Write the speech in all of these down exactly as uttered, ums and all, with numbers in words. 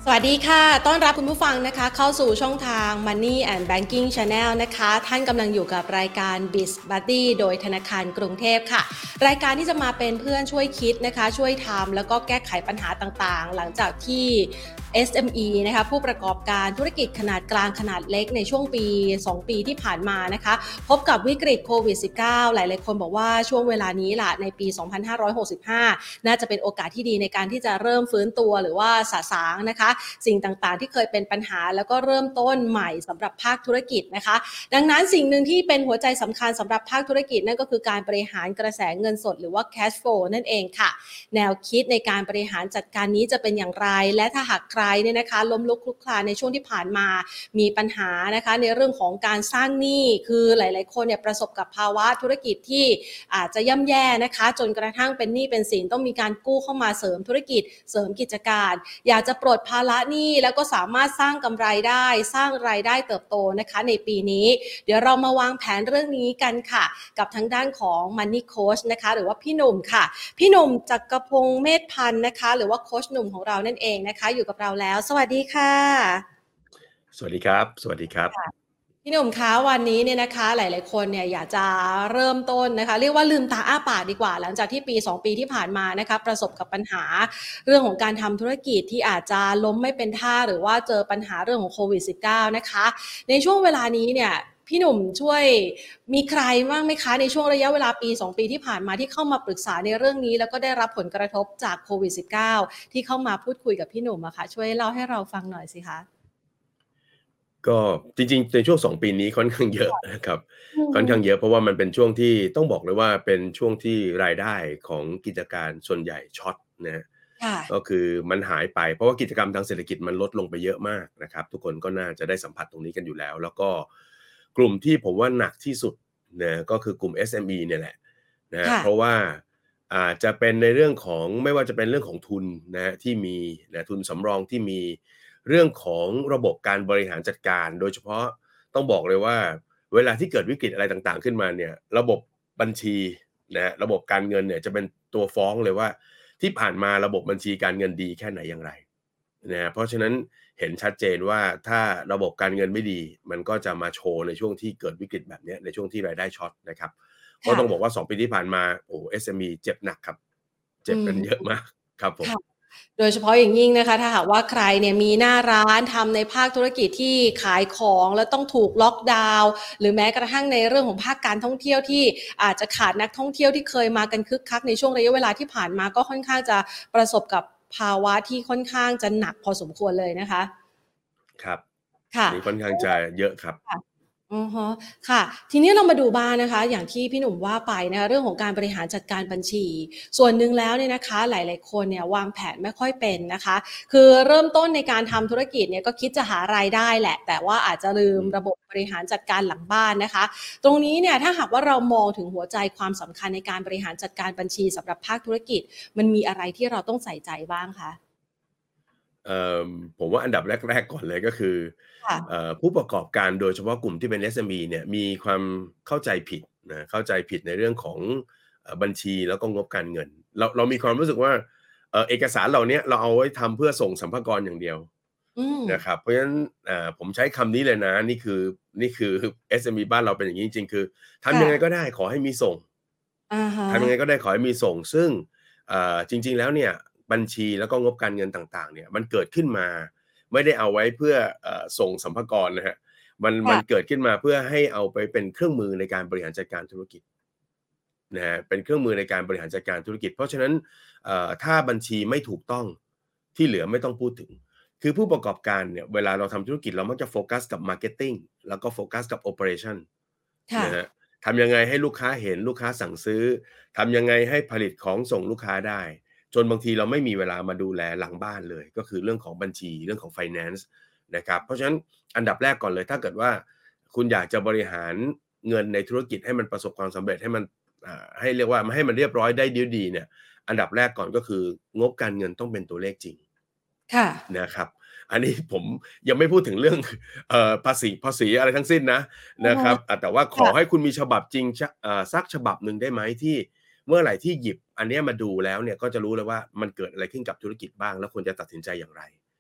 สวัสดีค่ะต้อนรับคุณผู้ฟังนะคะเข้าสู่ช่องทาง Money and Banking Channel นะคะท่านกำลังอยู่กับรายการ Biz Buddy โดยธนาคารกรุงเทพค่ะรายการที่จะมาเป็นเพื่อนช่วยคิดนะคะช่วยทำแล้วก็แก้ไขปัญหาต่างๆหลังจากที่ เอส เอ็ม อี นะคะผู้ประกอบการธุรกิจขนาดกลางขนาดเล็กในช่วงปีสองปีที่ผ่านมานะคะพบกับวิกฤตโควิด สิบเก้า หลายๆคนบอกว่าช่วงเวลานี้ล่ะในปีสองพันห้าร้อยหกสิบห้าน่าจะเป็นโอกาสที่ดีในการที่จะเริ่มฟื้นตัวหรือว่าสะสางนะคะสิ่งต่างๆที่เคยเป็นปัญหาแล้วก็เริ่มต้นใหม่สำหรับภาคธุรกิจนะคะดังนั้นสิ่งหนึ่งที่เป็นหัวใจสำคัญสำหรับภาคธุรกิจนั่นก็คือการบริหารกระแสเงินสดหรือว่า cash flow นั่นเองค่ะแนวคิดในการบริหารจัดการนี้จะเป็นอย่างไรและถ้าหากใครเนี่ยนะคะล้มลุกคลุกคลานในช่วงที่ผ่านมามีปัญหานะคะในเรื่องของการสร้างหนี้คือหลายๆคนเนี่ยประสบกับภาวะธุรกิจที่อาจจะย่ำแย่นะคะจนกระทั่งเป็นหนี้เป็นสินต้องมีการกู้เข้ามาเสริมธุรกิจเสริมกิจการอยากจะปลดภาระหนี้แล้วก็สามารถสร้างกำไรได้สร้างรายได้เติบโตนะคะในปีนี้เดี๋ยวเรามาวางแผนเรื่องนี้กันค่ะกับทางด้านของ Money Coach นะคะหรือว่าพี่หนุ่มค่ะพี่หนุ่มจักรพงษ์เมธพันธ์นะคะหรือว่าโค้ชหนุ่มของเรานั่นเองนะคะอยู่กับเราแล้วสวัสดีค่ะสวัสดีครับสวัสดีครับพี่หนุ่มคะวันนี้เนี่ยนะคะหลายๆคนเนี่ยอยากจะเริ่มต้นนะคะเรียกว่าลืมตาอ้าปากดีกว่าหลังจากที่ปีสองปีที่ผ่านมานะคะประสบกับปัญหาเรื่องของการทำธุรกิจที่อาจจะล้มไม่เป็นท่าหรือว่าเจอปัญหาเรื่องของโควิด สิบเก้า นะคะในช่วงเวลานี้เนี่ยพี่หนุ่มช่วยมีใครบ้างไหมคะในช่วงระยะเวลาปีสองปีที่ผ่านมาที่เข้ามาปรึกษาในเรื่องนี้แล้วก็ได้รับผลกระทบจากโควิด สิบเก้า ที่เข้ามาพูดคุยกับพี่หนุ่มอะค่ะช่วยเล่าให้เราฟังหน่อยสิคะก็จริงๆในช่วงสองปีนี้ค่อนข้างเยอะนะครับอืค่อนข้างเยมอะเพราะว่ามันเป็นช่วงที่ต้องบอกเลยว่าเป็นช่วงที่รายได้ของกิจการส่วนใหญ่ช็อตนะค่ะก็คือมันหายไปเพราะว่ากิจกรรมทางเศรษฐกิจมันลดลงไปเยอะมากนะครับทุกคนก็น่าจะได้สัมผัสตรงนี้กันอยู่แล้วแล้วก็กลุ่มที่ผมว่าหนักที่สุดนะก็คือกลุ่ม เอส เอ็ม อี เนี่ยแหละนะค่ะเพราะว่าอาจจะเป็นในเรื่องของไม่ว่าจะเป็นเรื่องของทุนนะที่มีนะทุนสำรองที่มีเรื่องของระบบการบริหารจัดการโดยเฉพาะต้องบอกเลยว่าเวลาที่เกิดวิกฤตอะไรต่างๆขึ้นมาเนี่ยระบบบัญชีนะระบบการเงินเนี่ยจะเป็นตัวฟ้องเลยว่าที่ผ่านมาระบบบัญชีการเงินดีแค่ไหนอย่างไรนะเพราะฉะนั้นเห็นชัดเจนว่าถ้าระบบการเงินไม่ดีมันก็จะมาโชว์ในช่วงที่เกิดวิกฤตแบบนี้ในช่วงที่รายได้ช็อตนะครับก็ค่ะต้องบอกว่าสองปีที่ผ่านมาโอ้ เอส เอ็ม อี เจ็บหนักครับเจ็บอืกันเยอะมมากครับผมค่ะโดยเฉพาะอย่างยิ่งนะคะถ้าหากว่าใครเนี่ยมีหน้าร้านทำในภาคธุรกิจที่ขายของแล้วต้องถูกล็อกดาวน์หรือแม้กระทั่งในเรื่องของภาคการท่องเที่ยวที่อาจจะขาดนักท่องเที่ยวที่เคยมากันคึกคักในช่วงระยะเวลาที่ผ่านมาก็ค่อนข้างจะประสบกับภาวะที่ค่อนข้างจะหนักพอสมควรเลยนะคะครับค่ะอันนี้ค่อนข้างจะเยอะครับอือฮึค่ะทีนี้เรามาดูบ้างนะคะอย่างที่พี่หนุ่มว่าไปนะคะเรื่องของการบริหารจัดการบัญชีส่วนหนึ่งแล้วเนี่ยนะคะหลายๆคนเนี่ยวางแผนไม่ค่อยเป็นนะคะคือเริ่มต้นในการทำธุรกิจเนี่ยก็คิดจะหารายได้แหละแต่ว่าอาจจะลืมระบบบริหารจัดการหลังบ้านนะคะตรงนี้เนี่ยถ้าหากว่าเรามองถึงหัวใจความสำคัญในการบริหารจัดการบัญชีสำหรับภาคธุรกิจมันมีอะไรที่เราต้องใส่ใจบ้างคะเอ่อผมว่าอันดับแรกๆก่อนเลยก็คือค่ะเอ่อผู้ประกอบการโดยเฉพาะกลุ่มที่เป็น เอส เอ็ม อี เนี่ยมีความเข้าใจผิดนะเข้าใจผิดในเรื่องของเอ่อบัญชีแล้วก็งบการเงินเราเรามีความรู้สึกว่าเอ่อเอกสารเหล่าเนี้ยเราเอาไว้ทำเพื่อส่งสรรพากรอย่างเดียวอืมนะครับเพราะฉะนั้นอ่าผมใช้คำนี้เลยนะนี่คือนี่คือ เอส เอ็ม อี บ้านเราเป็นอย่างงี้จริงๆคือทำยังไงก็ค่ะได้ขอให้มีส่งอะฮะทำยังไงก็ได้ขอให้มีส่งซึ่งเอ่อจริงๆแล้วเนี่ยบัญชีแล้วก็งบการเงินต่างๆเนี่ยมันเกิดขึ้นมาไม่ได้เอาไว้เพื่อเอ่อส่งสรรพากรนะครับมันมันค่ะเกิดขึ้นมาเพื่อให้เอาไปเป็นเครื่องมือในการบริหารจัดการธุรกิจนะครับเป็นเครื่องมือในการบริหารจัดการธุรกิจเพราะฉะนั้นเอ่อถ้าบัญชีไม่ถูกต้องที่เหลือไม่ต้องพูดถึงคือผู้ประกอบการเนี่ยเวลาเราทำธุรกิจเรามักจะโฟกัสกับ marketing แล้วก็โฟกัสกับ operation ค่ะนะฮะ ทำยังไงให้ลูกค้าเห็นลูกค้าสั่งซื้อทำยังไงให้ผลิตของส่งลูกค้าได้จนบางทีเราไม่มีเวลามาดูแลหลังบ้านเลยก็คือเรื่องของบัญชีเรื่องของ Finance นะครับเพราะฉะนั้นอันดับแรกก่อนเลยถ้าเกิดว่าคุณอยากจะบริหารเงินในธุรกิจให้มันประสบความสำเร็จให้มันอ่าให้เรียกว่าให้มันเรียบร้อยได้ดีๆเนี่ยอันดับแรกก่อนก็คืองบการเงินต้องเป็นตัวเลขจริงค่ะนะครับอันนี้ผมยังไม่พูดถึงเรื่องเอ่อภาษีภาษีอะไรทั้งสิ้นนะอะฮะนะครับอ่าแต่ว่าขอให้ค่ะคุณมีฉบับจริงชเอ่อสักฉบับหนึ่งได้ไหมที่เมื่อไหร่ที่หยิบอันเนี้ยมาดูแล้วเนี่ยก็จะรู้เลยว่ามันเกิดอะไรขึ้นกับธุรกิจบ้างแล้วควรจะตัดสินใจอย่างไร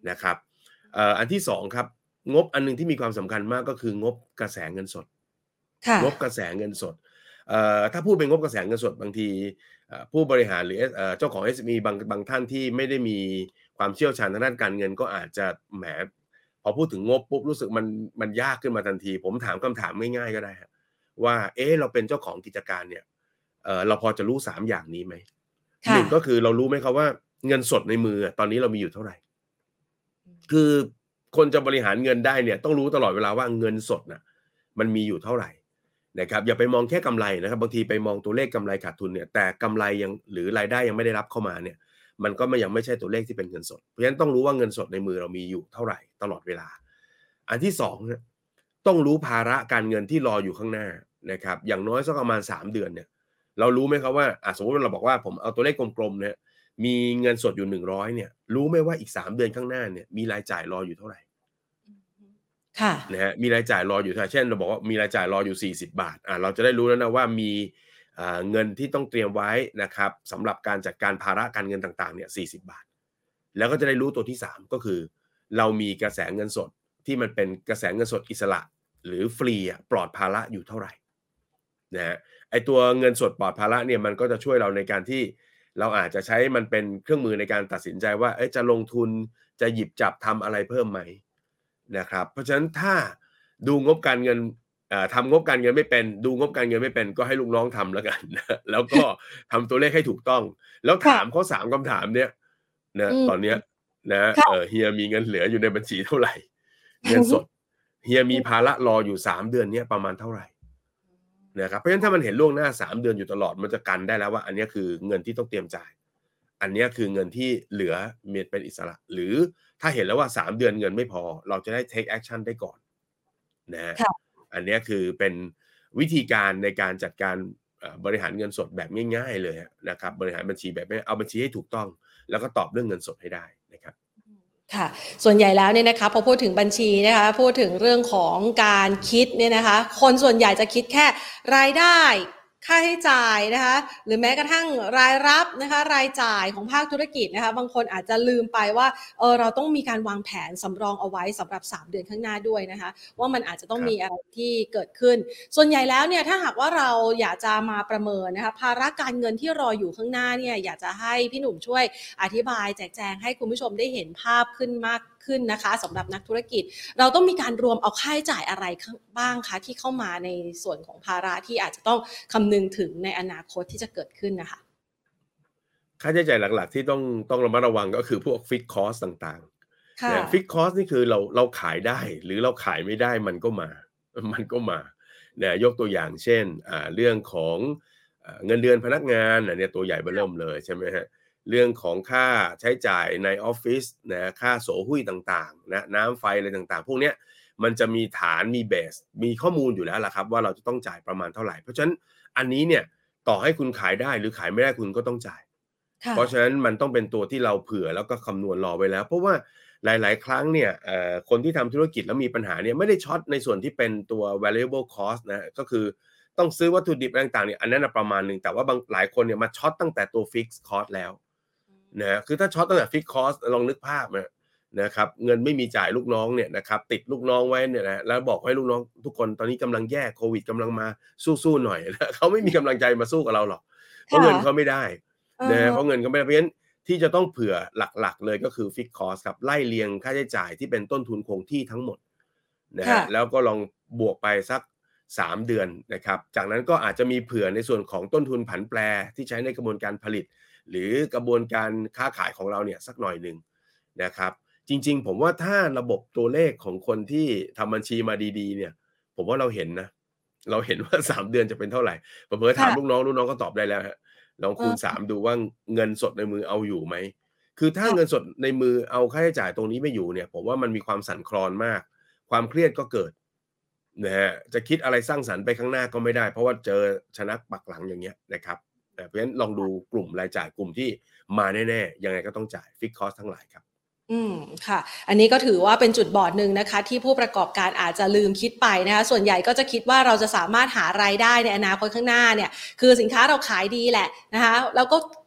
นะครับเอ่ออันที่สองครับงบอันนึงที่มีความสำคัญมากก็คืองบกระแสเงินสดงบกระแสเงินสดเอ่อถ้าพูดเป็นงบกระแสเงินสดบางทีผู้บริหารหรือเอ่อเจ้าของ เอส เอ็ม อี บางบางท่านที่ไม่ได้มีความเชี่ยวชาญทางด้านการเงินก็อาจจะแหมพอพูดถึงงบปุ๊บรู้สึกมันมันยากขึ้นมาทันทีผมถามคำถามง่ายๆก็ได้ครับว่าเอ๊ะเราเป็นเจ้าของกิจการเนี่ยเอ่อเราพอจะรู้สามอย่างนี้ไหมหนึ่งก็คือเรารู้ไหมครับว่าเงินสดในมือตอนนี้เรามีอยู่เท่าไหร่คือคนจะบริหารเงินได้เนี่ยต้องรู้ตลอดเวลาว่าเงินสดน่ะมันมีอยู่เท่าไหร่นะครับอย่าไปมองแค่กำไรนะครับบางทีไปมองตัวเลขกำไรขาดทุนเนี่ยแต่กำไรยังหรือรายได้ยังไม่ได้รับเข้ามาเนี่ยมันก็ไม่ยังไม่ใช่ตัวเลขที่เป็นเงินสดเพราะฉะนั้นต้องรู้ว่าเงินสดในมือเรามีอยู่เท่าไหร่ตลอดเวลาอันที่สองเนี่ยต้องรู้ภาระการเงินที่รออยู่ข้างหน้านะครับอย่างน้อยสักประมาณสามเดือนเนี่ยเรารู้ไหมครับว่าอ่ะสมมุติว่าเราบอกว่าผมเอาตัวเลขกลมๆเนี่ยมีเงินสดอยู่หนึ่งร้อยเนี่ยรู้ไหมว่าอีกสามเดือนข้างหน้าเนี่ยมีรายจ่ายรออยู่เท่าไหร่ค่ะนะฮะมีรายจ่ายรออยู่เท่าไหร่เช่นเราบอกว่ามีรายจ่ายรออยู่สี่สิบบาทอ่าเราจะได้รู้แล้วนะว่ามีอ่าเงินที่ต้องเตรียมไว้นะครับสำหรับการจัดการภาระการเงินต่างๆเนี่ยสี่สิบบาทแล้วก็จะได้รู้ตัวที่สามก็คือเรามีกระแสเงินสดที่มันเป็นกระแสเงินสดอิสระหรือฟรีอ่ะปลอดภาระอยู่เท่าไหร่นะฮะไอตัวเงินสดปลอดภาระเนี่ยมันก็จะช่วยเราในการที่เราอาจจะใช้มันเป็นเครื่องมือในการตัดสินใจว่าเอ๊ะจะลงทุนจะหยิบจับทำอะไรเพิ่มไหมนะครับเพราะฉะนั้นถ้าดูงบการเงินทำงบการเงินไม่เป็นดูงบการเงินไม่เป็นก็ให้ลูกน้องทำแล้วกันนะแล้วก็ทำตัวเลขให้ถูกต้องแล้วถามเขาสามคำถามเนี้ยนะตอนเนี้ยนะเออเฮียมีเงินเหลืออยู่ในบัญชีเท่าไหร่เงินสดเฮียมีภาระรออยู่สามเดือนเนี้ยประมาณเท่าไหร่นะครับเพราะฉะนั้นถ้ามันเห็นล่วงหน้าสามเดือนอยู่ตลอดมันจะกันได้แล้วว่าอันนี้คือเงินที่ต้องเตรียมจ่ายอันนี้คือเงินที่เหลือมีเป็นอิสระหรือถ้าเห็นแล้วว่าสามเดือนเงินไม่พอเราจะได้ take action ได้ก่อนนะฮะอันนี้คือเป็นวิธีการในการจัดการบริหารเงินสดแบบง่ายๆเลยนะครับบริหารบัญชีแบบไม่เอาบัญชีให้ถูกต้องแล้วก็ตอบเรื่องเงินสดให้ได้นะครับค่ะส่วนใหญ่แล้วเนี่ยนะคะพอพูดถึงบัญชีนะคะพูดถึงเรื่องของการคิดเนี่ยนะคะคนส่วนใหญ่จะคิดแค่รายได้ค่าใช้จ่ายนะคะหรือแม้กระทั่งรายรับนะคะรายจ่ายของภาคธุรกิจนะคะบางคนอาจจะลืมไปว่าเออเราต้องมีการวางแผนสำรองเอาไว้สำหรับสามเดือนข้างหน้าด้วยนะคะว่ามันอาจจะต้องมีอะไรที่เกิดขึ้นส่วนใหญ่แล้วเนี่ยถ้าหากว่าเราอยากจะมาประเมินนะคะภาระการเงินที่รออยู่ข้างหน้าเนี่ยอยากจะให้พี่หนุ่มช่วยอธิบายแจกแจงให้คุณผู้ชมได้เห็นภาพขึ้นมากขึ้นนะคะสำหรับนักธุรกิจเราต้องมีการรวมเอาค่าใช้จ่ายอะไรบ้างคะที่เข้ามาในส่วนของภาระที่อาจจะต้องคำนึงถึงในอนาคตที่จะเกิดขึ้นนะคะค่าใช้จ่ายหลักๆที่ต้องต้องระมัดระวังก็คือพวก fixed cost ต่างๆนะ fixed cost นี่คือเราเราขายได้หรือเราขายไม่ได้มันก็มามันก็มานะยกตัวอย่างเช่นอ่าเรื่องของเงินเดือนพนักงานเนี่ยตัวใหญ่เบ้อเริ่มเลยใช่ไหมฮะเรื่องของค่าใช้จ่ายในออฟฟิศนะค่าโสหุ้ยต่างๆนะน้ำไฟอะไรต่างๆพวกเนี้ยมันจะมีฐานมีเบสมีข้อมูลอยู่แล้วล่ะครับว่าเราจะต้องจ่ายประมาณเท่าไหร่เพราะฉะนั้นอันนี้เนี่ยต่อให้คุณขายได้หรือขายไม่ได้คุณก็ต้องจ่ายเพราะฉะนั้นมันต้องเป็นตัวที่เราเผื่อแล้วก็คำนวณรอไว้แล้วเพราะว่าหลายๆครั้งเนี่ยคนที่ทำธุรกิจแล้วมีปัญหาเนี่ยไม่ได้ช็อตในส่วนที่เป็นตัว variable cost นะก็คือต้องซื้อวัตถุดิบต่างๆเนี่ยอันนั้นประมาณนึงแต่ว่าบางหลายคนเนี่ยมาช็อตตั้งแต่ตัว fixed cost แล้วนะคือถ้าช็อตตั้งแต่ fixed cost ลองนึกภาพนะนะครับเงินไม่มีจ่ายลูกน้องเนี่ยนะครับติดลูกน้องไว้เนี่ยนะแล้วบอกให้ลูกน้องทุกคนตอนนี้กำลังแย่โควิดกำลังมาสู้ๆหน่อยนะเขาไม่มีกำลังใจมาสู้กับเราหรอกเพราะเงินเขาไม่ได้นะเพราะเงินเขาไม่ได้เพราะฉะนั้นที่จะต้องเผื่อหลักๆเลยก็คือ fixed cost ครับไล่เรียงค่าใช้จ่ายที่เป็นต้นทุนคงที่ทั้งหมดนะฮะแล้วก็ลองบวกไปสักสามเดือนนะครับจากนั้นก็อาจจะมีเผื่อในส่วนของต้นทุนผันแปรที่ใช้ในกระบวนการผลิตหรือกระบวนการค้าขายของเราเนี่ยสักหน่อยนึงนะครับจริงๆผมว่าถ้าระบบตัวเลขของคนที่ทำบัญชีมาดีๆเนี่ยผมว่าเราเห็นนะเราเห็นว่าสามเดือนจะเป็นเท่าไหร่เผลอๆถามลูกน้องลูกน้องก็ตอบได้แล้วฮะลองคูณสามดูว่าเงินสดในมือเอาอยู่ไหมคือถ้าเงินสดในมือเอาค่าใช้จ่ายตรงนี้ไม่อยู่เนี่ยผมว่ามันมีความสั่นคลอนมากความเครียดก็เกิดนะฮะจะคิดอะไรสร้างสรรค์ไปข้างหน้าก็ไม่ได้เพราะว่าเจอชะนักปักหลังอย่างเงี้ยนะครับเพราะฉะนั้นลองดูกลุ่มรายจ่ายกลุ่มที่มาแน่ๆยังไงก็ต้องจ่าย fixed cost ทั้งหลายครับอืมค่ะอันนี้ก็ถือว่าเป็นจุดบอดหนึ่งนะคะที่ผู้ประกอบการอาจจะลืมคิดไปนะคะส่วนใหญ่ก็จะคิดว่าเราจะสามารถหารายได้ในอนาคตข้างหน้าเนี่ยคือสินค้าเราขายดีแหละนะคะแล้วก็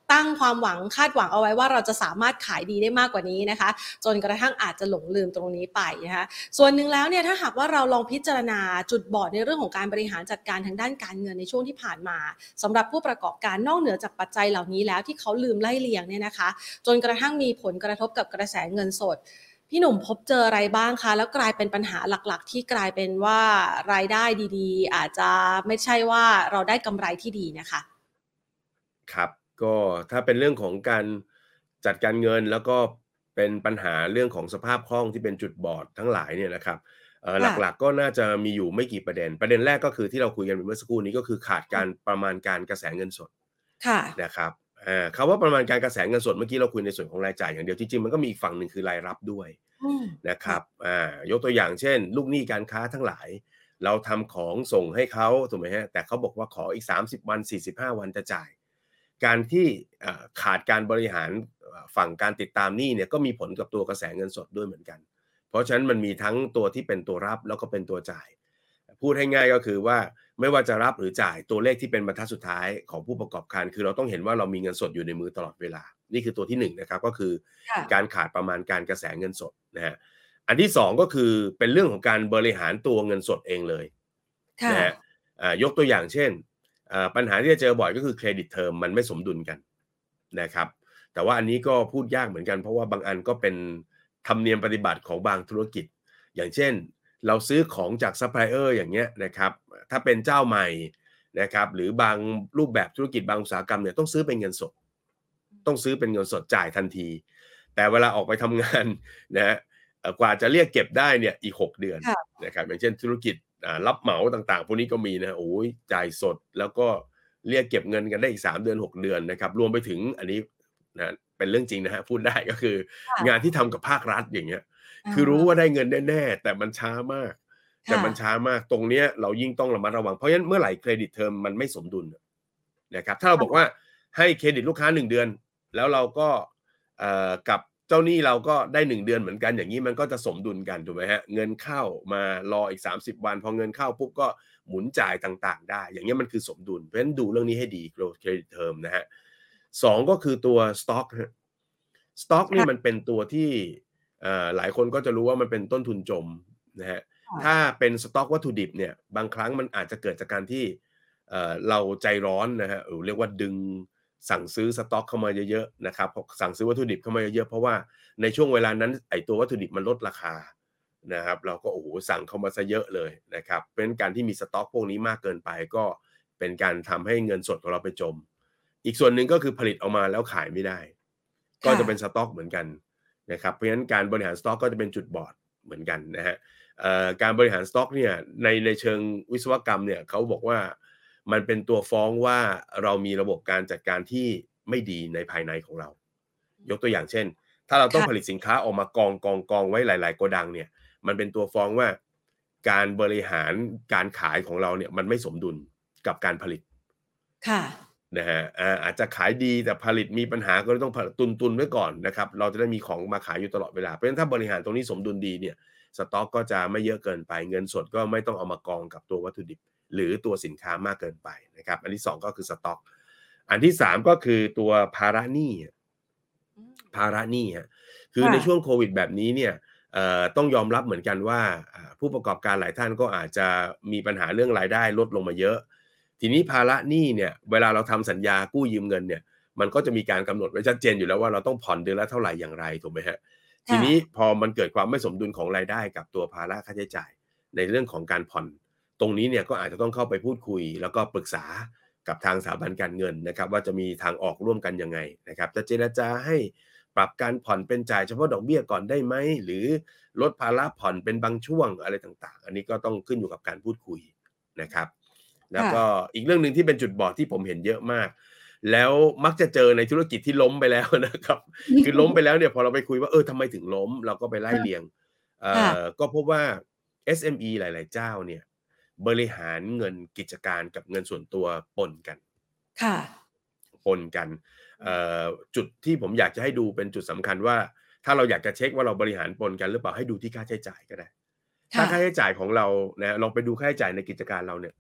ตั้งความหวังคาดหวังเอาไว้ว่าเราจะสามารถขายดีได้มากกว่านี้นะคะจนกระทั่งอาจจะหลงลืมตรงนี้ไปนะคะส่วนหนึ่งแล้วเนี่ยถ้าหากว่าเราลองพิจารณาจุดบอดในเรื่องของการบริหารจัดการทางด้านการเงินในช่วงที่ผ่านมาสำหรับผู้ประกอบการนอกเหนือจากปัจจัยเหล่านี้แล้วที่เขาลืมไล่เลียงเนี่ยนะคะจนกระทั่งมีผลกระทบกับกระแสเงินสดพี่หนุ่มพบเจออะไรบ้างคะแล้วกลายเป็นปัญหาหลักๆที่กลายเป็นว่ารายได้ดีๆอาจจะไม่ใช่ว่าเราได้กำไรที่ดีนะคะครับก็ถ้าเป็นเรื่องของการจัดการเงินแล้วก็เป็นปัญหาเรื่องของสภาพคล่องที่เป็นจุดบอดทั้งหลายเนี่ยนะครับเอ่อค่ะหลักๆก็น่าจะมีอยู่ไม่กี่ประเด็นประเด็นแรกก็คือที่เราคุยกันไปเมื่อสักครู่นี้ก็คือขาดการประมาณการกระแสเงินสดค่ะนะครับอาคำว่าประมาณการกระแสเงินสดเมื่อกี้เราคุยในส่วนของรายจ่ายอย่างเดียวจริงๆมันก็มีอีกฝั่งหนึ่งคือรายรับด้วยอืมนะคค่ะรับอ่ายกตัวอย่างเช่นลูกหนี้การค้าทั้งหลายเราทำของส่งให้เขาถูกไหมครับแต่เขาบอกว่าขออีกสามสิบวันสี่สิบห้าวันจะจ่าย การที่อ่าขาดการบริหารอ่าฝั่งการติดตามหนี้เนี่ยก็มีผลกับตัวกระแสเงินสดด้วยเหมือนกันเพราะฉะนั้นมันมีทั้งตัวที่เป็นตัวรับแล้วก็เป็นตัวจ่ายพูดให้ง่ายก็คือว่าไม่ว่าจะรับหรือจ่ายตัวเลขที่เป็นบรรทัดสุดท้ายของผู้ประกอบการคือเราต้องเห็นว่าเรามีเงินสดอยู่ในมือตลอดเวลานี่คือตัวที่หนึ่งนะครับก็คือค่ะการขาดประมาณการกระแสเงินสดนะฮะอันที่สองก็คือเป็นเรื่องของการบริหารตัวเงินสดเองเลยค่ะนะฮะอ่ายกตัวอย่างเช่น อ่าปัญหาที่จะเจอบ่อยก็คือเครดิตเทอมมันไม่สมดุลกันนะครับแต่ว่าอันนี้ก็พูดยากเหมือนกันเพราะว่าบางอันก็เป็นธรรมเนียมปฏิบัติของบางธุรกิจอย่างเช่นเราซื้อของจากซัพพลายเออร์อย่างเงี้ยนะครับถ้าเป็นเจ้าใหม่นะครับหรือบางรูปแบบธุรกิจบางอุตสาหกรรมเนี่ยต้องซื้อเป็นเงินสดต้องซื้อเป็นเงินสดจ่ายทันทีแต่เวลาออกไปทำงานนะฮะเอ่อกว่าจะเรียกเก็บได้เนี่ยอีกหกเดือนค่ะนะครับอย่างเช่นธุรกิจ อ่ารับเหมาต่างๆพวกนี้ก็มีนะโอ้ยจ่ายสดแล้วก็เรียกเก็บเงินกันได้อีกสามเดือนหกเดือนนะครับรวมไปถึงอันนี้นะเป็นเรื่องจริงนะครับพูดได้ก็คืองานค่ะที่ทำกับภาครัฐอย่างเงี้ยอาคือรู้ว่าได้เงินแน่ๆแต่มันช้ามากแต่ค่ะมันช้ามากตรงเนี้ยเรายิ่งต้องระมัดระวังเพราะฉะนั้นเมื่อไหร่เครดิตเทอมมันไม่สมดุลนะครับถ้าเราบอกว่าให้เครดิตลูกค้าหนึ่งเดือนแล้วเราก็เอ่อกับเจ้าหนี้เราก็ได้หนึ่งเดือนเหมือนกันอย่างงี้มันก็จะสมดุลกันถูกไหมครับเงินเข้ามารออีกสามสิบวันพอเงินเข้าปุ๊บก็หมุนจ่ายต่างๆได้อย่างเงี้ยมันคือสมดุลเพราะฉะนั้นดูเรื่องนี้ให้ดี Growth Credit Term นะครับสองก็คือตัวสต็อกครับสต็อกนี่มันค่ะเป็นตัวที่เอ่อหลายคนก็จะรู้ว่ามันเป็นต้นทุนจมนะครับถ้าค่ะเป็นสต็อกวัตถุดิบเนี่ยบางครั้งมันอาจจะเกิดจากการที่เอ่อเราใจร้อนนะครับหรือเรียกว่าดึง สั่งซื้อสต๊อกเข้ามาเยอะๆนะครับสั่งซื้อวัตถุดิบเข้ามาเยอะๆเพราะว่าในช่วงเวลานั้นไอ้ตัววัตถุดิบมันลดราคานะครับเราก็โอ้โฮสั่งเข้ามาเสียเยอะเลยนะครับเพราะฉะนั้นการที่มีสต๊อกพวกนี้มากเกินไปก็เป็นการทำให้เงินสดของเราไปจมอีกส่วนหนึ่งก็คือผลิตออกมาแล้วขายไม่ได้ก็ค่ะจะเป็นสต๊อกเหมือนกันนะครับเพราะฉะนั้นการบริหารสต๊อกก็จะเป็นจุดบอดเหมือนกันนะฮะเอ่อการบริหารสต๊อกเนี่ยในในเชิงวิศวกรรมเนี่ยเขาบอกว่า มันเป็นตัวฟ้องว่าเรามีระบบการจัดการที่ไม่ดีในภายในของเรา ยกตัวอย่างเช่น ถ้าเราต้องผลิตค่ะสินค้าออกมากองกองกองไว้หลายๆโกดังเนี่ยมันเป็นตัวฟ้องว่าการบริหารการขายของเราเนี่ยมันไม่สมดุลกับการผลิตค่ะนะฮะอาอาจจะขายดีแต่ผลิตมีปัญหาก็เลยต้องผตุนๆไว้ก่อนนะครับเราจะได้มีของมาขายอยู่ตลอดเวลาเพราะฉะนั้นถ้าบริหารตรงนี้สมดุลดีเนี่ยสต๊อกก็จะไม่เยอะเกินไปเงินสดก็ไม่ต้องเอามากองกับตัววัตถุดิบ หรือตัวสินค้ามากเกินไปนะครับอันที่สองก็คือสต็อกอันที่สามก็คือตัวภาระหนี้อืมภาระหนี้ครับคือค่ะในช่วงโควิดแบบนี้เนี่ยเอ่อต้องยอมรับเหมือนกันว่าอ่าผู้ประกอบการหลายท่านก็อาจจะมีปัญหาเรื่องรายได้ลดลงมาเยอะทีนี้ภาระหนี้เนี่ยเวลาเราทำสัญญากู้ยืมเงินเนี่ยมันก็จะมีการกำหนดไว้ชัดเจนอยู่แล้วว่าเราต้องผ่อนเดือนละเท่าไรอย่างไรถูกไหมครับทีค่ะนี้พอมันเกิดความไม่สมดุลของรายได้กับตัวภาระค่าใช้จ่ายในเรื่องของการผ่อน ตรงนี้เนี่ยก็อาจจะต้องเข้าไปพูดคุยแล้วก็ปรึกษากับทางสถาบันการเงินนะครับว่าจะมีทางออกร่วมกันยังไงนะครับจะเจรจาให้ปรับการผ่อนเป็นจ่ายเฉพาะดอกเบี้ยก่อนได้ไหมหรือลดภาระผ่อนเป็นบางช่วงอะไรต่างๆอันนี้ก็ต้องขึ้นอยู่กับการพูดคุยนะครับแล้วค่ะก็อีกเรื่องหนึ่งที่เป็นจุดบอดที่ผมเห็นเยอะมากแล้วมักจะเจอในธุรกิจที่ล้มไปแล้วนะครับคือล้มไปแล้วเนี่ยพอเราไปคุยว่าเออทำไมถึงล้มเราก็ไปไล่เรียงเอ่ค่ะอก็พบว่า เอส เอ็ม อี หลายๆเจ้าเนี่ย บริหารเงินกิจการกับเงินส่วนตัวปนกันค่ะปนกันเอ่อจุดที่ผมอยากจะให้ดูเป็นจุดสำคัญว่าถ้าเราอยากจะเช็กว่าเราบริหารปนกันหรือเปล่าให้ดูที่ค่าใช้จ่ายก็ได้ถ้าค่ะค่าใช้จ่ายของเรานะลองไปดูค่าใช้จ่ายในกิจการเราเนี่ย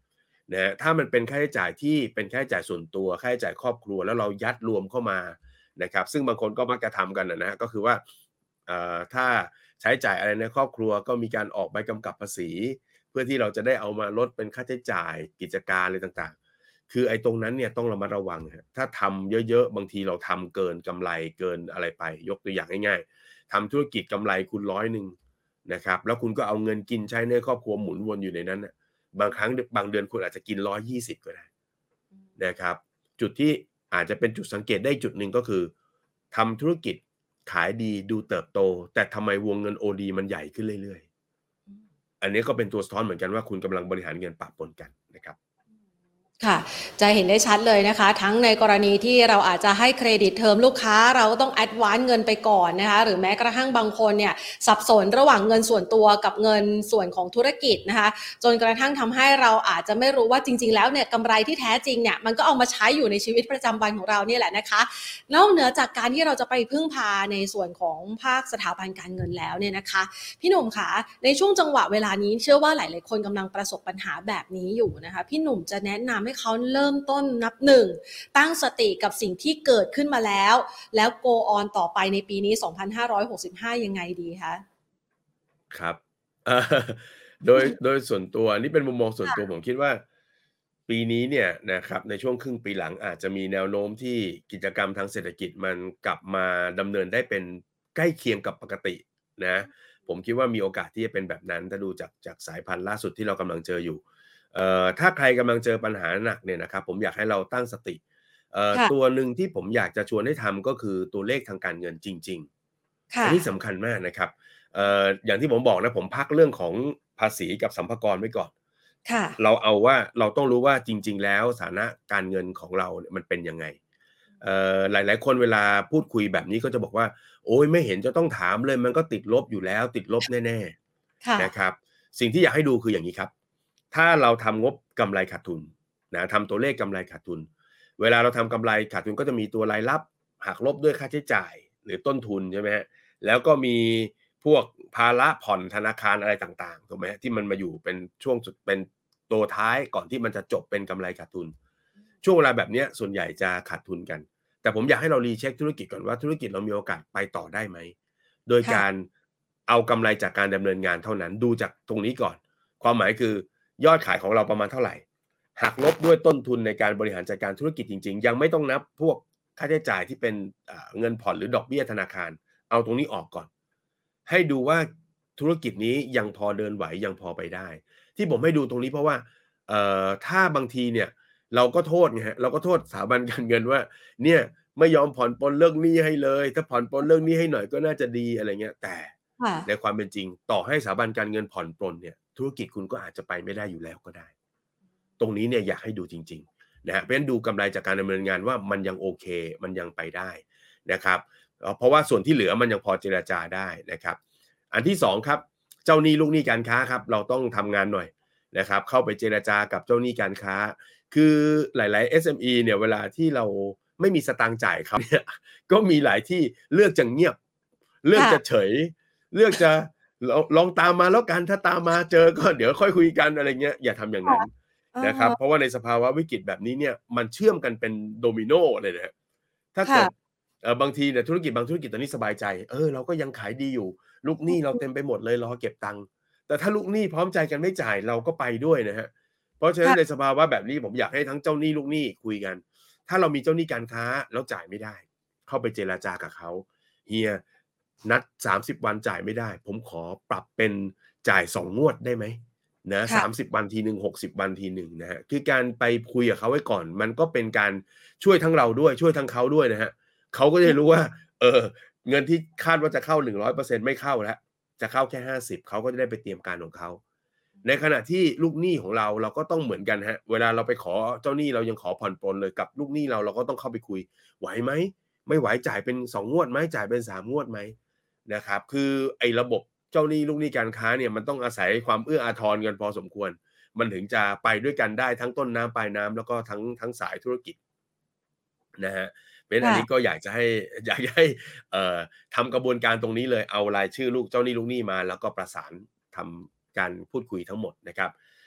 นะฮะถ้ามันเป็นค่าใช้จ่ายที่เป็นค่าใช้จ่ายส่วนตัวค่าใช้จ่ายครอบครัวแล้วเรายัดรวมเข้ามานะครับซึ่งบางคนก็มักจะทำกันนะฮะก็คือว่าเอ่อถ้าใช้จ่ายอะไรในครอบครัวก็มีการออกใบกำกับภาษีเพื่อที่เราจะได้เอามาลดเป็นค่าใช้จ่ายกิจการอะไรต่างๆคือไอ้ตรงนั้นเนี่ยต้องระมัดระวังครับถ้าทำเยอะๆบางทีเราทำเกินกำไรเกินอะไรไปยกตัวอย่างง่ายๆทำธุรกิจกำไรคุณร้อยหนึ่งนะครับแล้วคุณก็เอาเงินกินใช้ในครอบครัวหมุนวนอยู่ในนั้นน่ะบางครั้งบางเดือนคุณอาจจะกินหนึ่งร้อยยี่สิบก็ได้นะครับจุดที่อาจจะเป็นจุดสังเกตได้จุดหนึ่งก็คือทำธุรกิจขายดีดูเติบโตแต่ทำไมวงเงิน โอ ดี มันใหญ่ขึ้นเรื่อยๆอันนี้ก็เป็นตัวสะท้อนเหมือนกันว่าคุณกำลังบริหารเงินปะปนกันนะครับค่ะจะเห็นได้ชัดเลยนะคะทั้งในกรณีที่เราอาจจะให้เครดิตเทอมลูกค้าเราก็ต้องแอดวานซ์เงินไปก่อนนะคะหรือแม้กระทั่งบางคนเนี่ยสับสนระหว่างเงินส่วนตัวกับเงินส่วนของธุรกิจนะคะจนกระทั่งทำให้เราอาจจะไม่รู้ว่าจริงๆแล้วเนี่ยกำไรที่แท้จริงเนี่ยมันก็เอามาใช้อยู่ในชีวิตประจำวันของเราเนี่ยแหละนะคะนอกเหนือจากการที่เราจะไปพึ่งพาในส่วนของภาคสถาบันการเงินแล้วเนี่ยนะคะพี่หนุ่มคะในช่วงจังหวะเวลานี้เชื่อว่าหลายๆคนกำลังประสบปัญหาแบบนี้อยู่นะคะพี่หนุ่มจะแนะนำให้เขาเริ่มต้นนับหนึ่งตั้งสติกับสิ่งที่เกิดขึ้นมาแล้วแล้ว go on ต่อไปในปีนี้สองพันห้าร้อยหกสิบห้ายังไงดีคะครับเอ่อโดยโดยส่วนตัวนี่เป็นมุมมองส่วนตัวผมคิดว่าปีนี้เนี่ยนะครับในช่วงครึ่งปีหลังอาจจะมีแนวโน้มที่กิจกรรมทางเศรษฐกิจมันกลับมาดำเนินได้เป็นใกล้เคียงกับปกตินะผมคิดว่ามีโอกาสที่จะเป็นแบบนั้นถ้าดูจากจากสายพันธุ์ล่าสุดที่เรากำลังเจออยู่เอ่อถ้าใครกำลังเจอปัญหาหนักเนี่ยนะครับผมอยากให้เราตั้งสติเอ่อค่ะตัวหนึ่งที่ผมอยากจะชวนให้ทำก็คือตัวเลขทางการเงินจริงๆอัค่ะนนี้สำคัญมากนะครับ เอ่ออย่างที่ผมบอกนะผมพักเรื่องของภาษีกับสรรพากรไว้ก่อนค่ะเราเอาว่าเราต้องรู้ว่าจริงๆแล้วฐานะการเงินของเราเนี่ยมันเป็นยังไงเอ่อหลายๆคนเวลาพูดคุยแบบนี้ก็จะบอกว่าโอ๊ยไม่เห็นจะต้องถามเลยมันก็ติดลบอยู่แล้วติดลบแน่ค่ะๆนะครับสิ่งที่อยากให้ดูคืออย่างงี้ครับถ้าเราทำงบกำไรขาดทุนนะทำตัวเลขกำไรขาดทุนเวลาเราทำกำไรขาดทุนก็จะมีตัวรายรับหักลบด้วยค่าใช้จ่ายหรือต้นทุนใช่ไหมครับแล้วก็มีพวกภาระผ่อนธนาคารอะไรต่างๆถูกไหมที่มันมาอยู่เป็นช่วงสุดเป็นตัวท้ายก่อนที่มันจะจบเป็นกำไรขาดทุนช่วงเวลาแบบนี้ส่วนใหญ่จะขาดทุนกันแต่ผมอยากให้เรารีเช็คธุรกิจก่อนว่าธุรกิจเรามีโอกาสไปต่อได้ไหมโดยค่ะการเอากำไรจากการดำเนินงานเท่านั้นดูจากตรงนี้ก่อนความหมายคือยอดขายของเราประมาณเท่าไหร่หักลบด้วยต้นทุนในการบริหารจัดการธุรกิจจริงๆยังไม่ต้องนับพวกค่าใช้จ่ายที่เป็นเงินผ่อนหรือดอกเบี้ยธนาคารเอาตรงนี้ออกก่อนให้ดูว่าธุรกิจนี้ยังพอเดินไหวยังพอไปได้ที่ผมให้ดูตรงนี้เพราะว่าเอ่อถ้าบางทีเนี่ยเราก็โทษไงฮะเราก็โทษสถาบันการเงินว่าเนี่ยไม่ยอมผ่อนปลนเรื่องหนี้ให้เลยถ้าผ่อนปลนเรื่องหนี้ให้หน่อยก็น่าจะดีอะไรเงี้ยแต่ค่ะในความเป็นจริงต่อให้สถาบันการเงินผ่อนปลนเนี่ยธุรกิจคุณก็อาจจะไปไม่ได้อยู่แล้วก็ได้ตรงนี้เนี่ยอยากให้ดูจริงๆนะฮะเพราะฉะนั้นดูกำไรจากการดำเนินงานว่ามันยังโอเคมันยังไปได้นะครับเพราะว่าส่วนที่เหลือมันยังพอเจรจาได้นะครับอันที่สองครับเจ้าหนี้ลูกหนี้การค้าครับเราต้องทำงานหน่อยนะครับเข้าไปเจรจากับเจ้าหนี้การค้าคือหลายๆ เอส เอ็ม อี เนี่ยเวลาที่เราไม่มีสตางค์จ่ายเขาเนี่ยก็มีหลายที่เลือกจะเงียบเลือกค่ะจะเฉยเลือกจะลองลองตามมาแล้วกันถ้าตามมาเจอก็เดี๋ยวค่อยคุยกันอะไรเงี้ยอย่าทำอย่างนั้นอะนะครับเพราะว่าในสภาวะวิกฤตแบบนี้เนี่ยมันเชื่อมกันเป็นโดมิโนเลยนะครับถ้าเกิดค่ะเอ่อบางทีเนี่ยธุรกิจบางธุรกิจตอนนี้สบายใจเออเราก็ยังขายดีอยู่ลูกหนี้เราเต็มไปหมดเลยรอเก็บตังค์แต่ถ้าลูกหนี้พร้อมใจกันไม่จ่ายเราก็ไปด้วยนะครับเพราะฉะนั้นในค่ะสภาวะแบบนี้ผมอยากให้ทั้งเจ้าหนี้ลูกหนี้คุยกันถ้าเรามีเจ้าหนี้การค้าแล้วจ่ายไม่ได้เข้าไปเจรจากับเขาเฮียนัดสามสิบวันจ่ายไม่ได้ผมขอปรับเป็นจ่ายสองงวดได้ไหมนะค่ะสามสิบวันทีหนึ่งหกสิบวันทีหนึ่งนะครับคือการไปคุยกับเขาไว้ก่อนมันก็เป็นการช่วยทั้งเราด้วยช่วยทั้งเขาด้วยนะครับเขาก็จะรู้ว่าเออเงินที่คาดว่าจะเข้า หนึ่งร้อยเปอร์เซ็นต์ ไม่เข้าแล้วจะเข้าแค่ห้าสิบเขาก็จะได้ไปเตรียมการของเขาในขณะที่ลูกหนี้ของเราเราก็ต้องเหมือนกันครับเวลาเราไปขอเจ้าหนี้เรายังขอผ่อนปรนเลยกับลูกหนี้เราเราก็ต้องเข้าไปคุยไหวไหมไม่ไหวจ่ายเป็นสองงวดไหมจ่ายเป็นสามงวดไหมนะครับคือไอ้ระบบเจ้าหนี้ลูกหนี้การค้าเนี่ยมันต้องอาศัยความเอื้ออาทรกันพอสมควรมันถึงจะไปด้วยกันได้ทั้งต้นน้ำปลายน้ำแล้วก็ทั้งทั้งสายธุรกิจนะฮะ เพราะฉะนั้นอันนี้ก็ค่ะอยากจะให้อยากจะให้เอ่อทำกระบวนการตรงนี้เลยเอารายชื่อลูกเจ้าหนี้ลูกหนี้มาแล้วก็ประสานทำการพูดคุยทั้งหมดนะครับ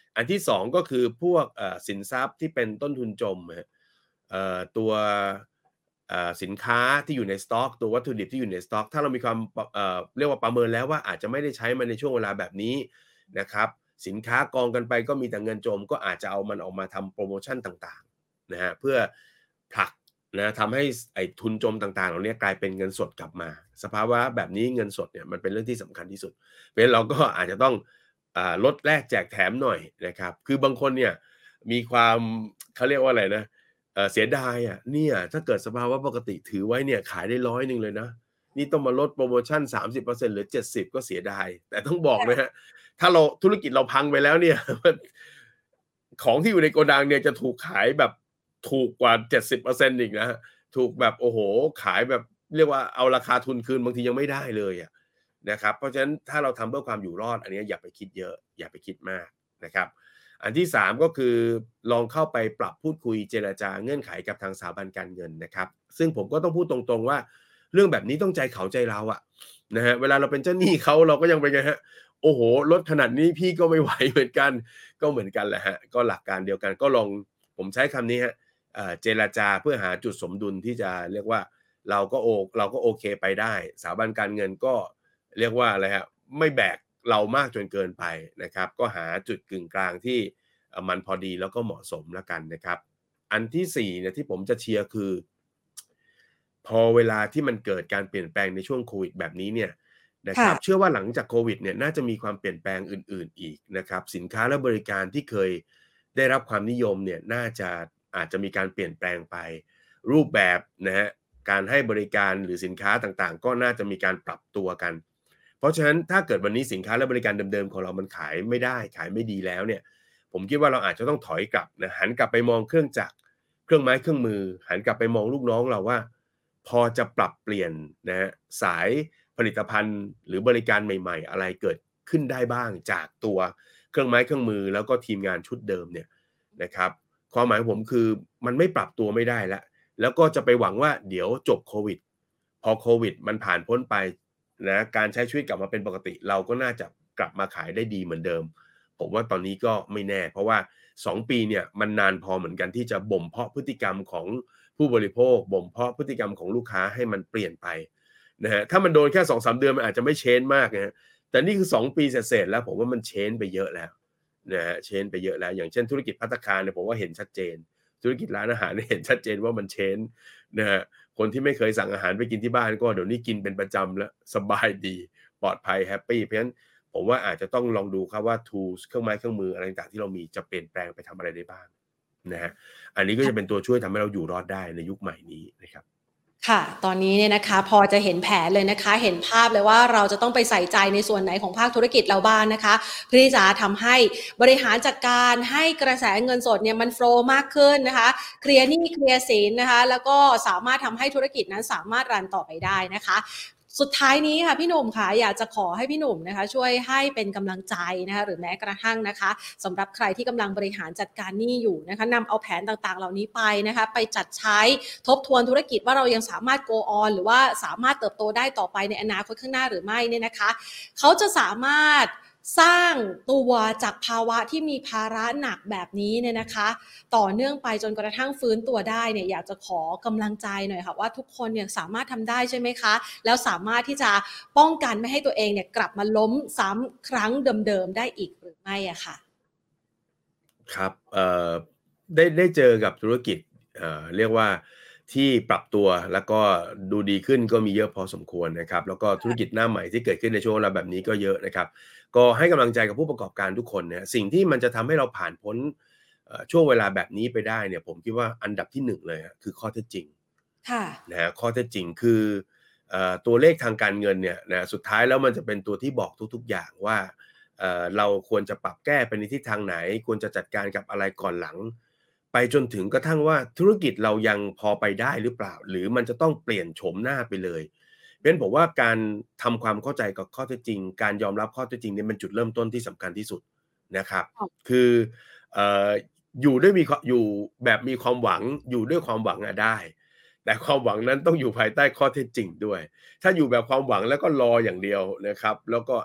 อันที่สองก็คือพวกเอ่อสินทรัพย์ที่เป็นต้นทุนจมครับเอ่อตัวเอ่อสินค้าที่อยู่ในสต็อกตัววัตถุดิบที่อยู่ในสต็อกถ้าเรามีความปเอ่อเรียกว่าประเมินแล้วว่าอาจจะไม่ได้ใช้มันในช่วงเวลาแบบนี้นะครับสินค้ากองกันไปก็มีแต่เงินจมก็อาจจะเอามันออกมาทำโพรโมชันต่างๆนะฮะเพื่อผลักนะทำให้ไอ้ทุนจมต่างๆเหล่านี้กลายเป็นเงินสดกลับมาสภาวะแบบนี้เงินสดเนี่ยมันเป็นเรื่องที่สำคัญที่สุดเพราะฉะนั้นเราก็อาจจะต้องอ่าลดแลกแจกแถมหน่อยนะครับคือบางคนเนี่ยมีความเขาเรียกว่าอะไรนะเอ่อเสียดายอะเนี่ยถ้าเกิดสภาวะปกติถือไว้เนี่ยขายได้ร้อยหนึ่งเลยนะนี่ต้องมาลดโพรโมชันสามสิบเปอร์เซ็นต์เหลือเจ็ดสิบก็เสียดายแต่ต้องบอกนะฮะถ้าเราธุรกิจเราพังไปแล้วเนี่ย ของที่อยู่ในโกดังเนี่ยจะถูกขายแบบถูกกว่า เจ็ดสิบเปอร์เซ็นต์ อีกนะฮะถูกแบบโอ้โฮขายแบบเรียกว่าเอาราคาทุนคืนบางทียังไม่ได้เลยอะนะครับเพราะฉะนั้นถ้าเราทำเพื่อความอยู่รอดอันนี้อย่าไปคิดเยอะอย่าไปคิดมากนะครับอันที่สามก็คือลองเข้าไปปรับพูดคุยเจรจาเงื่อนไขกับทางสถาบันการเงินนะครับซึ่งผมก็ต้องพูดตรงๆว่าเรื่องแบบนี้ต้องใจเขาใจเราอะนะฮะเวลาเราเป็นเจ้าหนี้เขาเราก็ยังเป็นไงฮะโอ้โฮลดขนาดนี้พี่ก็ไม่ไหวเหมือนกัน ก็เหมือนกันแหละฮะก็หลักการเดียวกันก็ลองผมใช้คำนี้ฮะเอ่อเจรจาเพื่อหาจุดสมดุลที่จะเรียกว่าเราก็โอเราก็โอเคไปได้สถาบันการเงินก็เรียกว่าอะไรฮะไม่แบกเรามากจนเกินไปนะครับก็หาจุดกึ่งกลางที่เอ่อมันพอดีแล้วก็เหมาะสมแล้วกันนะครับอันที่สี่เนี่ยที่ผมจะเชียร์คือพอเวลาที่มันเกิดการเปลี่ยนแปลงในช่วงโควิดแบบนี้เนี่ยนะคค่ะรับเชื่อว่าหลังจากโควิดเนี่ยน่าจะมีความเปลี่ยนแปลงอื่นๆอีกนะครับสินค้าและบริการที่เคยได้รับความนิยมเนี่ยน่าจะอาจจะมีการเปลี่ยนแปลงไปรูปแบบนะฮะการให้บริการหรือสินค้าต่างๆก็น่าจะมีการปรับตัวกันเพราะฉะนั้นถ้าเกิดวันนี้สินค้าและบริการเดิมๆของเรามันขายไม่ได้ขายไม่ดีแล้วเนี่ยผมคิดว่าเราอาจจะต้องถอยกลับนะหันกลับไปมองเครื่องจักรเครื่องไม้เครื่องมือหันกลับไปมองลูกน้องเราว่าพอจะปรับเปลี่ยนนะฮะสาย ผลิตภัณฑ์หรือบริการใหม่ๆอะไรเกิดขึ้นได้บ้างจากตัวเครื่องไม้เครื่องมือแล้วก็ทีมงานชุดเดิมเนี่ยนะครับความหมายของผมคือมันไม่ปรับตัวไม่ได้แล้วแล้วก็จะไปหวังว่าเดี๋ยวจบโควิดพอโควิดมันผ่านพ้นไปนะการใช้ชีวิตกลับมาเป็นปกติเราก็น่าจะกลับมาขายได้ดีเหมือนเดิมผมว่าตอนนี้ก็ไม่แน่เพราะว่าสองปีเนี่ยมันนานพอเหมือนกันที่จะบ่มเพาะพฤติกรรมของผู้บริโภคบ่มเพาะพฤติกรรมของลูกค้าให้มันเปลี่ยนไป นะฮะถ้ามันโดนแค่ สองถึงสาม เดือนมันอาจจะไม่เชนจ์มากนะฮะแต่นี่คือสองปีเศษๆแล้วผมว่ามันเชนจ์ไปเยอะแล้วนะฮะเชนจ์ไปเยอะแล้วอย่างเช่นธุรกิจภัตตาคารเนี่ยผมว่าเห็นชัดเจนธุรกิจร้านอาหารเนี่ยเห็นชัดเจนว่ามันเชนจ์นะฮะคนที่ไม่เคยสั่งอาหารไปกินที่บ้านก็เดี๋ยวนี้กินเป็นประจำแล้วสบายดีปลอดภัยแฮปปีเพราะฉะนั้นผมว่าอาจจะต้องลองดูครับว่า tools เครื่องไม้เครื่องมืออะไรต่างๆที่เรามีจะเปลี่ยนแปลงไปทำอะไรได้บ้างนะฮะอันนี้ก็จะเป็นตัวช่วยทำให้เราอยู่รอดได้ในยุคใหม่นี้นะครับค่ะตอนนี้เนี่ยนะคะพอจะเห็นแผนเลยนะคะเห็นภาพเลยว่าเราจะต้องไปใส่ใจในส่วนไหนของภาคธุรกิจเราบ้างนะคะเพื่อที่จะทำให้บริหารจัดการให้กระแสเงินสดเนี่ยมันโฟลว์มากขึ้นนะคะเคลียร์หนี้เคลียร์สินนะคะแล้วก็สามารถทำให้ธุรกิจนั้นสามารถรันต่อไปได้นะคะสุดท้ายนี้ค่ะพี่หนุ่มค่ะอยากจะขอให้พี่หนุ่มนะคะช่วยให้เป็นกำลังใจนะคะหรือแม้กระทั่งนะคะสำหรับใครที่กำลังบริหารจัดการหนี้อยู่นะคะนำเอาแผนต่างๆเหล่านี้ไปนะคะไปจัดใช้ทบทวนธุรกิจว่าเรายังสามารถ go on หรือว่าสามารถเติบโตได้ต่อไปในอนาคตข้างหน้าหรือไม่เนี่ยนะคะเขาจะสามารถสร้างตัวจากภาวะที่มีภาระหนักแบบนี้เนี่ยนะคะต่อเนื่องไปจนกระทั่งฟื้นตัวได้เนี่ยอยากจะขอกำลังใจหน่อยค่ะว่าทุกคนเนี่ยสามารถทำได้ใช่ไหมคะแล้วสามารถที่จะป้องกันไม่ให้ตัวเองเนี่ยกลับมาล้มซ้ำครั้งเดิมๆได้อีกหรือไม่อะค่ะครับเอ่อได้ได้เจอกับธุรกิจเอ่อเรียกว่าที่ปรับตัวแล้วก็ดูดีขึ้นก็มีเยอะพอสมควรนะครับแล้วก็ธุรกิจหน้าใหม่ที่เกิดขึ้นในช่วงเวลาแบบนี้ก็เยอะนะครับก็ให้กำลังใจกับผู้ประกอบการทุกคนเนี่ยสิ่งที่มันจะทำให้เราผ่านพ้นเอ่อช่วงเวลาแบบนี้ไปได้เนี่ยผมคิดว่าอันดับที่หนึ่งเลยอะคือข้อเท็จจริงค่ะนะฮะข้อเท็จจริงคือเอ่อตัวเลขทางการเงินเนี่ยนะสุดท้ายแล้วมันจะเป็นตัวที่บอกทุกๆอย่างว่า เอ่อเราควรจะปรับแก้ไปในทิศทางไหนควรจะจัดการกับอะไรก่อนหลังไปจนถึงกระทั่งว่าธุรกิจเรายังพอไปได้หรือเปล่าหรือมันจะต้องเปลี่ยนโฉมหน้าไปเลยเพราะฉะนั้นผมว่าการทำความเข้าใจกับข้อเท็จจริงการยอมรับข้อเท็จจริงเนี่ยเป็นจุดเริ่มต้นที่สำคัญที่สุดนะครับคือเอ่ออยู่ด้วยมีอยู่แบบมีความหวังอยู่ด้วยความหวังอะได้แต่ความหวังนั้นต้องอยู่ภายใต้ข้อเท็จจริงด้วยถ้าอยู่แบบความหวังแล้วก็รออย่างเดียวนะครับแล้วก็อ่ะ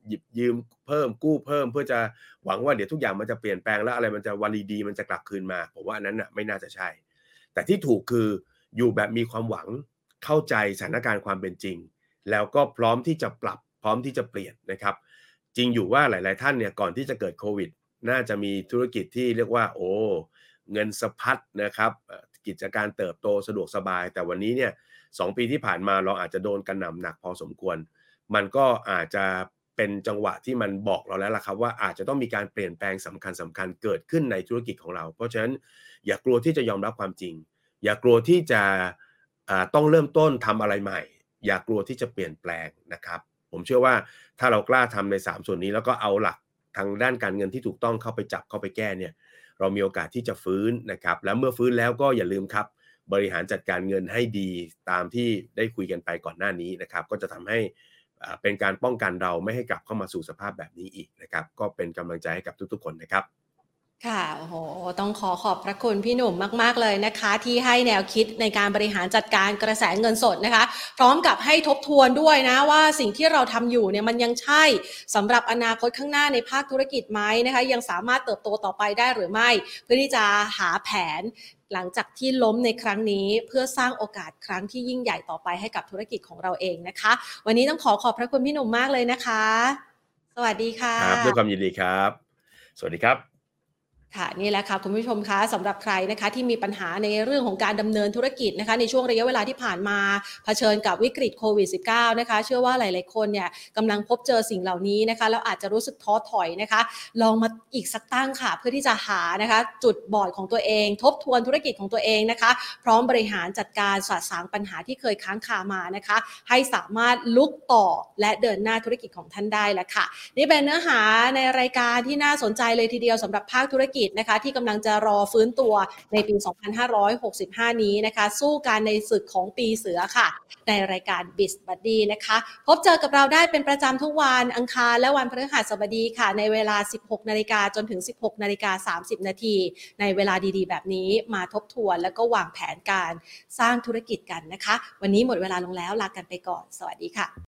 หยิบยืมเพิ่มกู้เพิ่มเพื่อจะหวังว่าเดี๋ยวทุกอย่างมันจะเปลี่ยนแปลงแล้วอะไรมันจะวลีดีมันจะกลับคืนมาผมว่าอันนั้นน่ะไม่น่าจะใช่แต่ที่ถูกคืออยู่แบบมีความหวังเข้าใจสถานการณ์ความเป็นจริงแล้วก็พร้อมที่จะปรับพร้อมที่จะเปลี่ยนนะครับจริงอยู่ว่าหลายๆท่านเนี่ยก่อนที่จะเกิดโควิดน่าจะมีธุรกิจที่เรียกว่าโอ้เงินสะพัดนะครับกิจการเติบโตสะดวกสบายแต่วันนี้เนี่ยสองปีที่ผ่านมาเราอาจจะโดนกระหน่ำหนักพอสมควรมันก็อาจจะเป็นจังหวะที่มันบอกเราแล้วล่ะครับว่าอาจจะต้องมีการเปลี่ยนแปลงสำคัญๆเกิดขึ้นในธุรกิจของเราเพราะฉะนั้นอย่ากลัวที่จะยอมรับความจริงอย่ากลัวที่จะอ่าต้องเริ่มต้นทำอะไรใหม่อย่ากลัวที่จะเปลี่ยนแปลงนะครับผมเชื่อว่าถ้าเรากล้าทำในสามส่วนนี้แล้วก็เอาหลักทางด้านการเงินที่ถูกต้องเข้าไปจับเข้าไปแก้เนี่ยเรามีโอกาสที่จะฟื้นนะครับแล้วเมื่อฟื้นแล้วก็อย่าลืมครับบริหารจัดการเงินให้ดีตามที่ได้คุยกันไปก่อนหน้านี้นะครับก็จะทำให้เป็นการป้องกันเราไม่ให้กลับเข้ามาสู่สภาพแบบนี้อีกนะครับก็เป็นกำลังใจให้กับทุกๆคนนะครับค่ะโอ้โหต้องขอขอบพระคุณพี่หนุ่มมากๆเลยนะคะที่ให้แนวคิดในการบริหารจัดการกระแสเงินสดนะคะพร้อมกับให้ทบทวนด้วยนะว่าสิ่งที่เราทำอยู่เนี่ยมันยังใช่สำหรับอนาคตข้างหน้าในภาคธุรกิจไหมนะคะยังสามารถเติบโตต่อไปได้หรือไม่เพื่อที่จะหาแผนหลังจากที่ล้มในครั้งนี้เพื่อสร้างโอกาสครั้งที่ยิ่งใหญ่ต่อไปให้กับธุรกิจของเราเองนะคะวันนี้ต้องขอขอบพระคุณพี่หนุ่มมากเลยนะคะสวัสดีค่ะครับด้วยความยินดีครับสวัสดีครับค่ะนี่แหละค่ะคุณผู้ชมคะสำหรับใครนะคะที่มีปัญหาในเรื่องของการดำเนินธุรกิจนะคะในช่วงระยะเวลาที่ผ่านมาเผชิญกับวิกฤตโควิด สิบเก้า นะคะเชื่อว่าหลายๆคนเนี่ยกำลังพบเจอสิ่งเหล่านี้นะคะแล้วอาจจะรู้สึกท้อถอยนะคะลองมาอีกสักตั้งค่ะเพื่อที่จะหานะคะจุดบอดของตัวเองทบทวนธุรกิจของตัวเองนะคะพร้อมบริหารจัดการสะสางปัญหาที่เคยค้างคามานะคะให้สามารถลุกต่อและเดินหน้าธุรกิจของท่านได้แล้วค่ะนี่เป็นเนื้อหาในรายการที่น่าสนใจเลยทีเดียวสำหรับภาคธุรกิจนะคะที่กำลังจะรอฟื้นตัวในปีสองพันห้าร้อยหกสิบห้านี้นะคะสู้กันในศึกของปีเสือค่ะในรายการ Biz Buddy นะคะพบเจอกับเราได้เป็นประจำทุกวันอังคารและวันพฤหัสบดีค่ะในเวลา สิบหกนาฬิกา จนถึง สิบหกนาฬิกาสามสิบนาทีในเวลาดีๆแบบนี้มาทบทวนแล้วก็วางแผนการสร้างธุรกิจกันนะคะวันนี้หมดเวลาลงแล้วลากันไปก่อนสวัสดีค่ะ